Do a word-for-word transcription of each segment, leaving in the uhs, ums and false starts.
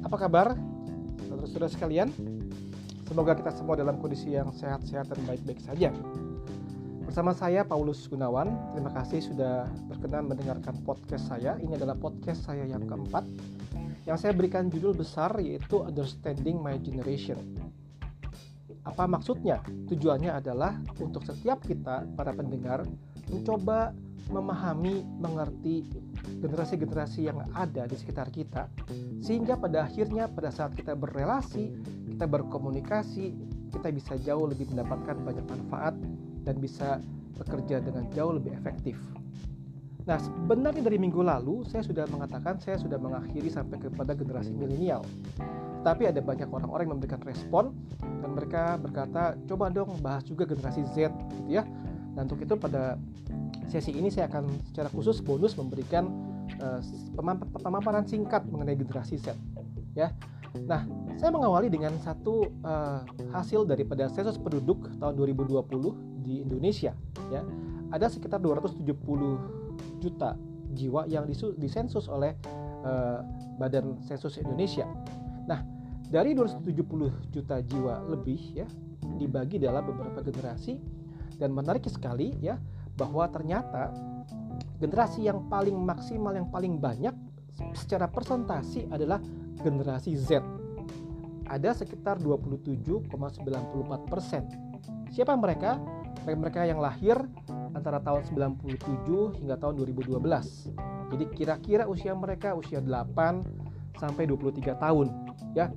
Apa kabar, saudara-saudara sekalian? Semoga kita semua dalam kondisi yang sehat-sehat dan baik-baik saja. Bersama saya Paulus Gunawan. Terima kasih sudah berkenan mendengarkan podcast saya. Ini adalah podcast saya yang keempat, yang saya berikan judul besar, yaitu Understanding My Generation. Apa maksudnya? Tujuannya adalah untuk setiap kita, para pendengar, mencoba memahami, mengerti generasi-generasi yang ada di sekitar kita, sehingga pada akhirnya pada saat kita berrelasi, kita berkomunikasi, kita bisa jauh lebih mendapatkan banyak manfaat dan bisa bekerja dengan jauh lebih efektif. Nah, sebenarnya dari minggu lalu saya sudah mengatakan saya sudah mengakhiri sampai kepada generasi milenial. Tapi ada banyak orang-orang yang memberikan respon dan mereka berkata, coba dong bahas juga generasi Z, gitu ya. Dan untuk itu pada sesi ini saya akan secara khusus bonus memberikan uh, pemaparan singkat mengenai generasi Z, ya. Nah, saya mengawali dengan satu uh, hasil daripada sensus penduduk tahun dua ribu dua puluh di Indonesia, ya. Ada sekitar dua ratus tujuh puluh juta jiwa yang disensus oleh uh, Badan Sensus Indonesia. Nah, dari dua ratus tujuh puluh juta jiwa lebih, ya, dibagi dalam beberapa generasi, dan menarik sekali, ya, bahwa ternyata generasi yang paling maksimal, yang paling banyak secara persentasi adalah generasi Z. Ada sekitar dua puluh tujuh koma sembilan empat persen. Siapa mereka? Mereka yang lahir antara tahun sembilan puluh tujuh hingga tahun dua ribu dua belas. Jadi kira-kira usia mereka usia delapan sampai dua puluh tiga tahun, ya.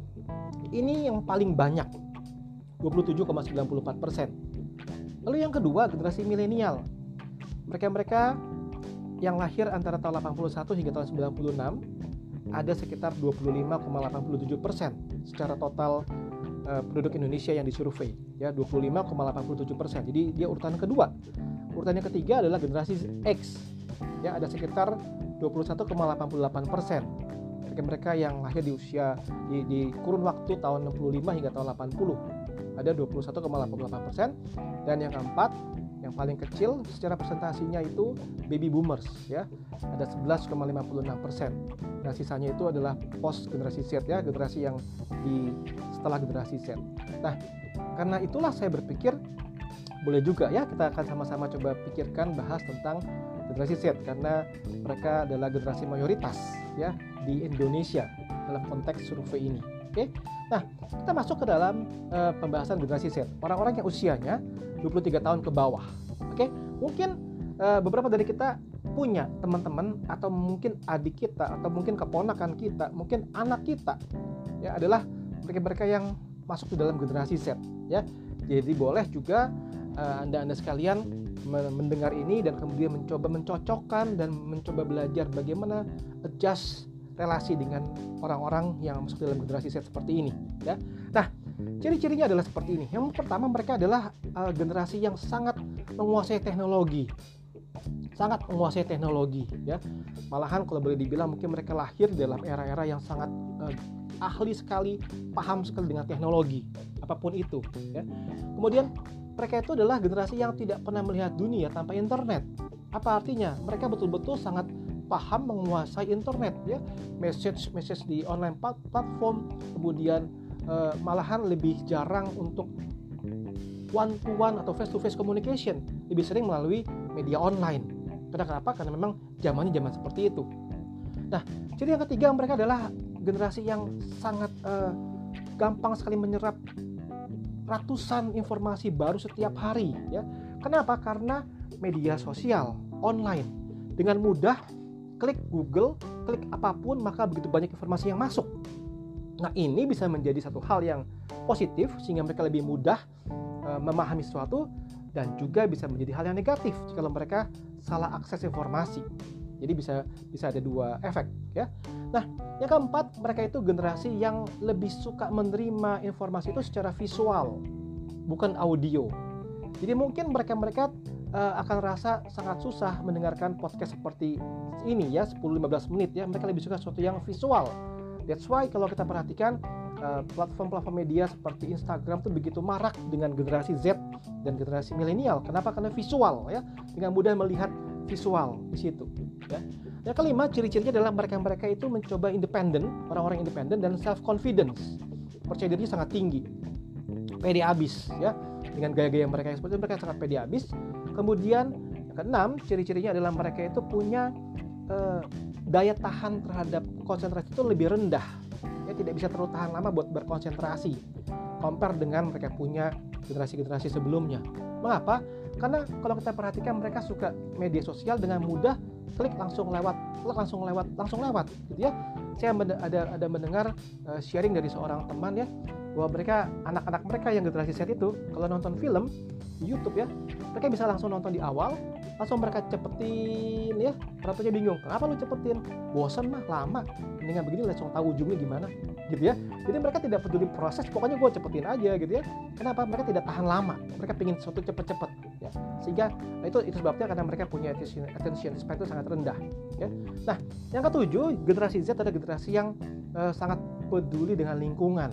Ini yang paling banyak, dua puluh tujuh koma sembilan empat persen. Lalu yang kedua, generasi milenial. Mereka-mereka yang lahir antara tahun delapan puluh satu hingga tahun sembilan puluh enam, ada sekitar dua puluh lima koma delapan tujuh persen secara total uh, penduduk Indonesia yang disurvei, ya, dua puluh lima koma delapan tujuh persen. Jadi dia urutan kedua. Urutan yang ketiga adalah generasi X, ya, ada sekitar dua puluh satu koma delapan delapan persen. Mereka-mereka yang lahir di usia di, di kurun waktu tahun enam puluh lima hingga tahun delapan puluh, ada dua puluh satu koma delapan delapan persen. Dan yang keempat, yang paling kecil secara presentasinya itu baby boomers, ya, ada sebelas koma lima enam persen. Nah, sisanya itu adalah post generasi Z, ya, generasi yang di setelah generasi Z. Nah, karena itulah saya berpikir boleh juga, ya, kita akan sama-sama coba pikirkan bahas tentang generasi Z, karena mereka adalah generasi mayoritas, ya, di Indonesia dalam konteks survei ini. Oke, nah kita masuk ke dalam uh, pembahasan generasi Z, orang-orang yang usianya dua puluh tiga tahun ke bawah. Oke, mungkin uh, beberapa dari kita punya teman-teman atau mungkin adik kita atau mungkin keponakan kita, mungkin anak kita, ya, adalah mereka-mereka yang masuk ke dalam generasi Z, ya. Jadi boleh juga uh, anda-anda sekalian mendengar ini dan kemudian mencoba mencocokkan dan mencoba belajar bagaimana adjust relasi dengan orang-orang yang masuk dalam generasi Z seperti ini, ya. Nah, ciri-cirinya adalah seperti ini. Yang pertama, mereka adalah uh, generasi yang sangat menguasai teknologi. Sangat menguasai teknologi, ya. Malahan kalau boleh dibilang mungkin mereka lahir dalam era-era yang sangat uh, ahli sekali, paham sekali dengan teknologi, apapun itu, ya. Kemudian mereka itu adalah generasi yang tidak pernah melihat dunia tanpa internet. Apa artinya? Mereka betul-betul sangat paham menguasai internet, ya, message-message di online platform, kemudian uh, malahan lebih jarang untuk one to one atau face to face communication, lebih sering melalui media online. Karena kenapa? Karena memang zamannya zaman seperti itu. Nah, ciri yang ketiga, mereka adalah generasi yang sangat uh, gampang sekali menyerap ratusan informasi baru setiap hari, ya. Kenapa? Karena media sosial online dengan mudah klik Google, klik apapun, maka begitu banyak informasi yang masuk. Nah, ini bisa menjadi satu hal yang positif sehingga mereka lebih mudah uh, memahami sesuatu, dan juga bisa menjadi hal yang negatif jika mereka salah akses informasi. Jadi bisa bisa ada dua efek, ya. Nah, yang keempat, mereka itu generasi yang lebih suka menerima informasi itu secara visual, bukan audio. Jadi mungkin mereka-mereka uh, akan rasa sangat susah mendengarkan podcast seperti ini, ya, sepuluh sampai lima belas menit, ya. Mereka lebih suka sesuatu yang visual. That's why kalau kita perhatikan uh, platform-platform media seperti Instagram itu begitu marak dengan generasi Z dan generasi milenial. Kenapa? Karena visual, ya. Dengan mudah melihat visual di situ ya. Yang kelima, ciri-cirinya adalah mereka-mereka itu mencoba independen, orang-orang independen dan self confidence, percaya dirinya sangat tinggi, pede abis ya, dengan gaya-gaya mereka yang seperti itu, mereka sangat pede abis. Kemudian yang keenam, ciri-cirinya adalah mereka itu punya eh, daya tahan terhadap konsentrasi itu lebih rendah ya, tidak bisa terlalu tahan lama buat berkonsentrasi compare dengan mereka punya generasi-generasi sebelumnya. Mengapa? Karena kalau kita perhatikan mereka suka media sosial, dengan mudah klik langsung lewat, klik langsung lewat, langsung lewat gitu ya. Saya ada ada mendengar uh, sharing dari seorang teman ya, bahwa mereka, anak-anak mereka yang generasi Z itu kalau nonton film di YouTube ya, mereka bisa langsung nonton di awal, langsung mereka cepetin ya. Orang tuanya bingung, kenapa lu cepetin? Bosan mah, lama. Mendingan begini langsung tahu ujungnya gimana gitu ya. Jadi mereka tidak peduli proses, pokoknya gue cepetin aja gitu ya. Kenapa? Mereka tidak tahan lama, mereka pengen sesuatu cepet-cepet ya. Sehingga itu itu sebabnya karena mereka punya attention, attention span itu sangat rendah ya. Nah, yang ketujuh, generasi Z adalah generasi yang uh, sangat peduli dengan lingkungan.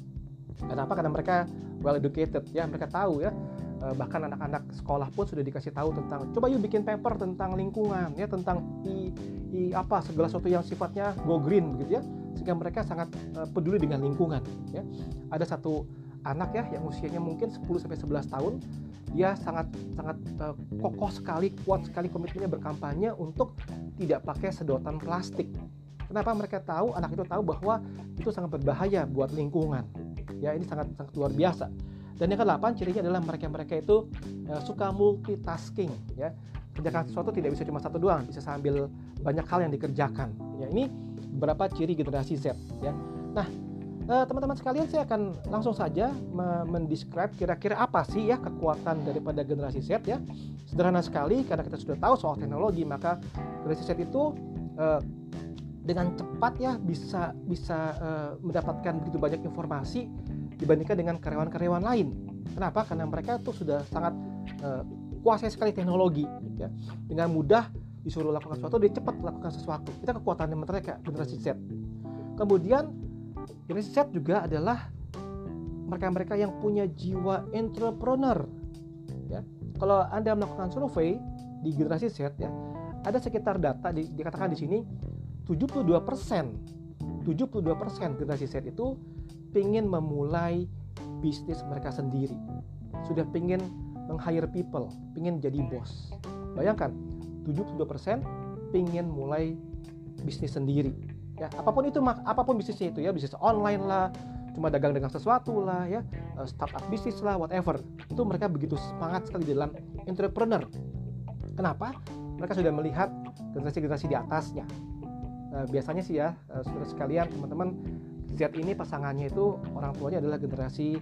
Kenapa? Karena mereka well educated ya, mereka tahu ya. Bahkan anak-anak sekolah pun sudah dikasih tahu tentang, coba yuk bikin paper tentang lingkungan ya, tentang i, i apa segala sesuatu yang sifatnya go green begitu ya, sehingga mereka sangat uh, peduli dengan lingkungan ya. Ada satu anak ya yang usianya mungkin sepuluh sampai sebelas tahun, dia sangat sangat uh, kokoh sekali, kuat sekali komitmennya berkampanye untuk tidak pakai sedotan plastik. Kenapa? Mereka tahu, anak itu tahu bahwa itu sangat berbahaya buat lingkungan ya, ini sangat sangat luar biasa. Dan yang kedelapan, cirinya adalah mereka-mereka itu uh, suka multitasking ya. Kerjakan sesuatu tidak bisa cuma satu doang, bisa sambil banyak hal yang dikerjakan. Ya, ini beberapa ciri generasi Z ya. Nah, uh, teman-teman sekalian, saya akan langsung saja mendescribe kira-kira apa sih ya kekuatan daripada generasi Z ya. Sederhana sekali, karena kita sudah tahu soal teknologi, maka generasi Z itu uh, dengan cepat ya bisa bisa uh, mendapatkan begitu banyak informasi dibandingkan dengan karyawan-karyawan lain. Kenapa? Karena mereka tuh sudah sangat uh, kuasai sekali teknologi ya. Dengan mudah disuruh lakukan sesuatu, dia cepat melakukan sesuatu. Itu kekuatan mereka, generasi Z. Kemudian generasi Z juga adalah mereka-mereka yang punya jiwa entrepreneur ya. Kalau Anda melakukan survei di generasi Z ya, ada sekitar data di, dikatakan di sini tujuh puluh dua persen tujuh puluh dua persen generasi Z itu pengen memulai bisnis mereka sendiri, sudah pengen meng-hire people, pengen jadi bos. Bayangkan, tujuh puluh dua persen pengen mulai bisnis sendiri ya, apapun itu, apapun bisnisnya itu ya, bisnis online lah, cuma dagang-dagang sesuatu lah ya, startup bisnis lah, whatever. Itu mereka begitu semangat sekali dalam entrepreneur. Kenapa? Mereka sudah melihat generasi-generasi di atasnya. Nah, biasanya sih ya, saudara sekalian, teman-teman, Z ini pasangannya itu orang tuanya adalah generasi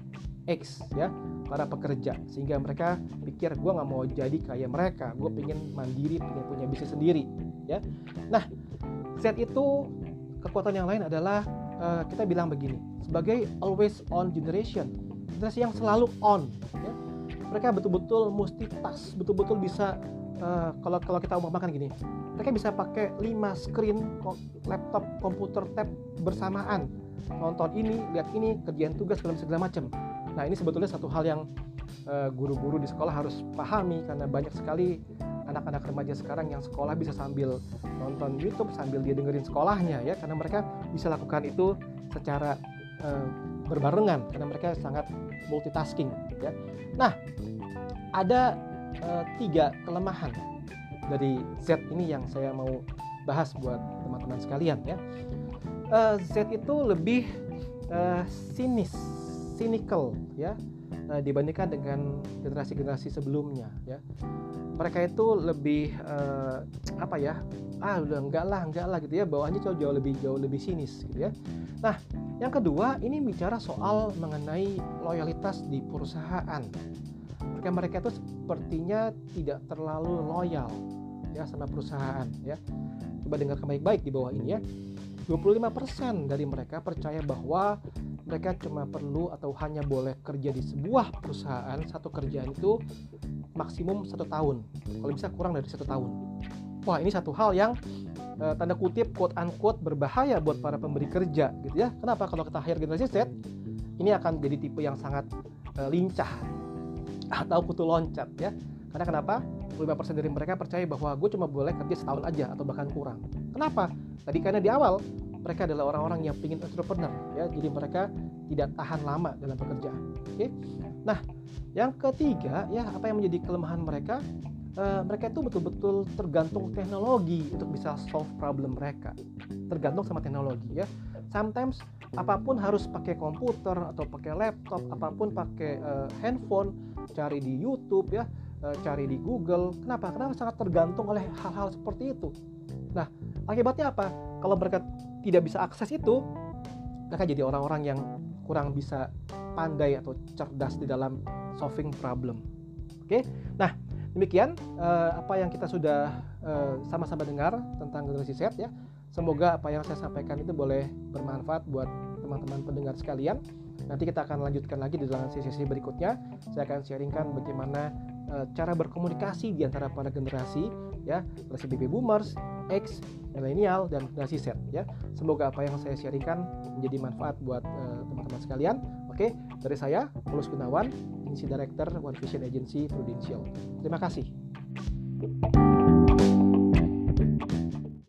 X ya, para pekerja, sehingga mereka pikir, gue nggak mau jadi kayak mereka, gue pengen mandiri, pengen punya bisnis sendiri ya. Nah, Z itu kekuatan yang lain adalah uh, kita bilang begini, sebagai always on generation, generasi yang selalu on ya. Mereka betul-betul multitask, betul-betul bisa uh, kalau kalau kita umpamakan gini, mereka bisa pakai lima screen laptop, komputer, tab bersamaan, nonton ini, lihat ini, kerjaan tugas, segala macam. Nah, ini sebetulnya satu hal yang uh, guru-guru di sekolah harus pahami, karena banyak sekali anak-anak remaja sekarang yang sekolah bisa sambil nonton YouTube, sambil dia dengerin sekolahnya ya, karena mereka bisa lakukan itu secara uh, berbarengan, karena mereka sangat multitasking ya. Nah, ada uh, tiga kelemahan dari Z ini yang saya mau bahas buat teman-teman sekalian ya. Uh, Z itu lebih uh, sinis, cynical ya, uh, dibandingkan dengan generasi-generasi sebelumnya ya. Mereka itu lebih uh, apa ya? Ah, udah enggak lah, enggak lah gitu ya. Bawaannya jauh, jauh lebih jauh lebih sinis gitu ya. Nah, yang kedua ini bicara soal mengenai loyalitas di perusahaan. Mereka mereka itu sepertinya tidak terlalu loyal ya sama perusahaan ya. Coba dengarkan baik-baik di bawah ini ya. dua puluh lima persen dari mereka percaya bahwa mereka cuma perlu atau hanya boleh kerja di sebuah perusahaan, satu kerjaan itu maksimum satu tahun, kalau bisa kurang dari satu tahun. Wah, ini satu hal yang eh, tanda kutip quote unquote berbahaya buat para pemberi kerja gitu ya. Kenapa? Kalau kita hire generasi Z, ini akan jadi tipe yang sangat eh, lincah atau kutu loncat ya. Karena kenapa? puluh lima persen dari mereka percaya bahwa gue cuma boleh kerja setahun aja atau bahkan kurang. Kenapa? Tadi karena di awal mereka adalah orang-orang yang ingin entrepreneur, ya, jadi mereka tidak tahan lama dalam bekerja. Oke, nah yang ketiga, ya, apa yang menjadi kelemahan mereka? Uh, mereka itu betul-betul tergantung teknologi untuk bisa solve problem mereka. Tergantung sama teknologi, ya. Sometimes apapun harus pakai komputer atau pakai laptop, apapun pakai uh, handphone, cari di YouTube, ya, uh, cari di Google. Kenapa? Karena sangat tergantung oleh hal-hal seperti itu. Nah, akibatnya apa? Kalau mereka tidak bisa akses itu, mereka jadi orang-orang yang kurang bisa pandai atau cerdas di dalam solving problem. Oke, nah demikian uh, apa yang kita sudah uh, sama-sama dengar tentang generasi Z, ya. Semoga apa yang saya sampaikan itu boleh bermanfaat buat teman-teman pendengar sekalian. Nanti kita akan lanjutkan lagi di dalam sesi-sesi berikutnya. Saya akan sharingkan bagaimana uh, cara berkomunikasi di antara para generasi, ya, generasi baby boomers, X, milenial, dan generasi Z, ya. Semoga apa yang saya sharingkan menjadi manfaat buat uh, teman-teman sekalian. Oke, dari saya Paulus Gunawan, Agency Director One Vision Agency Prudential. Terima kasih.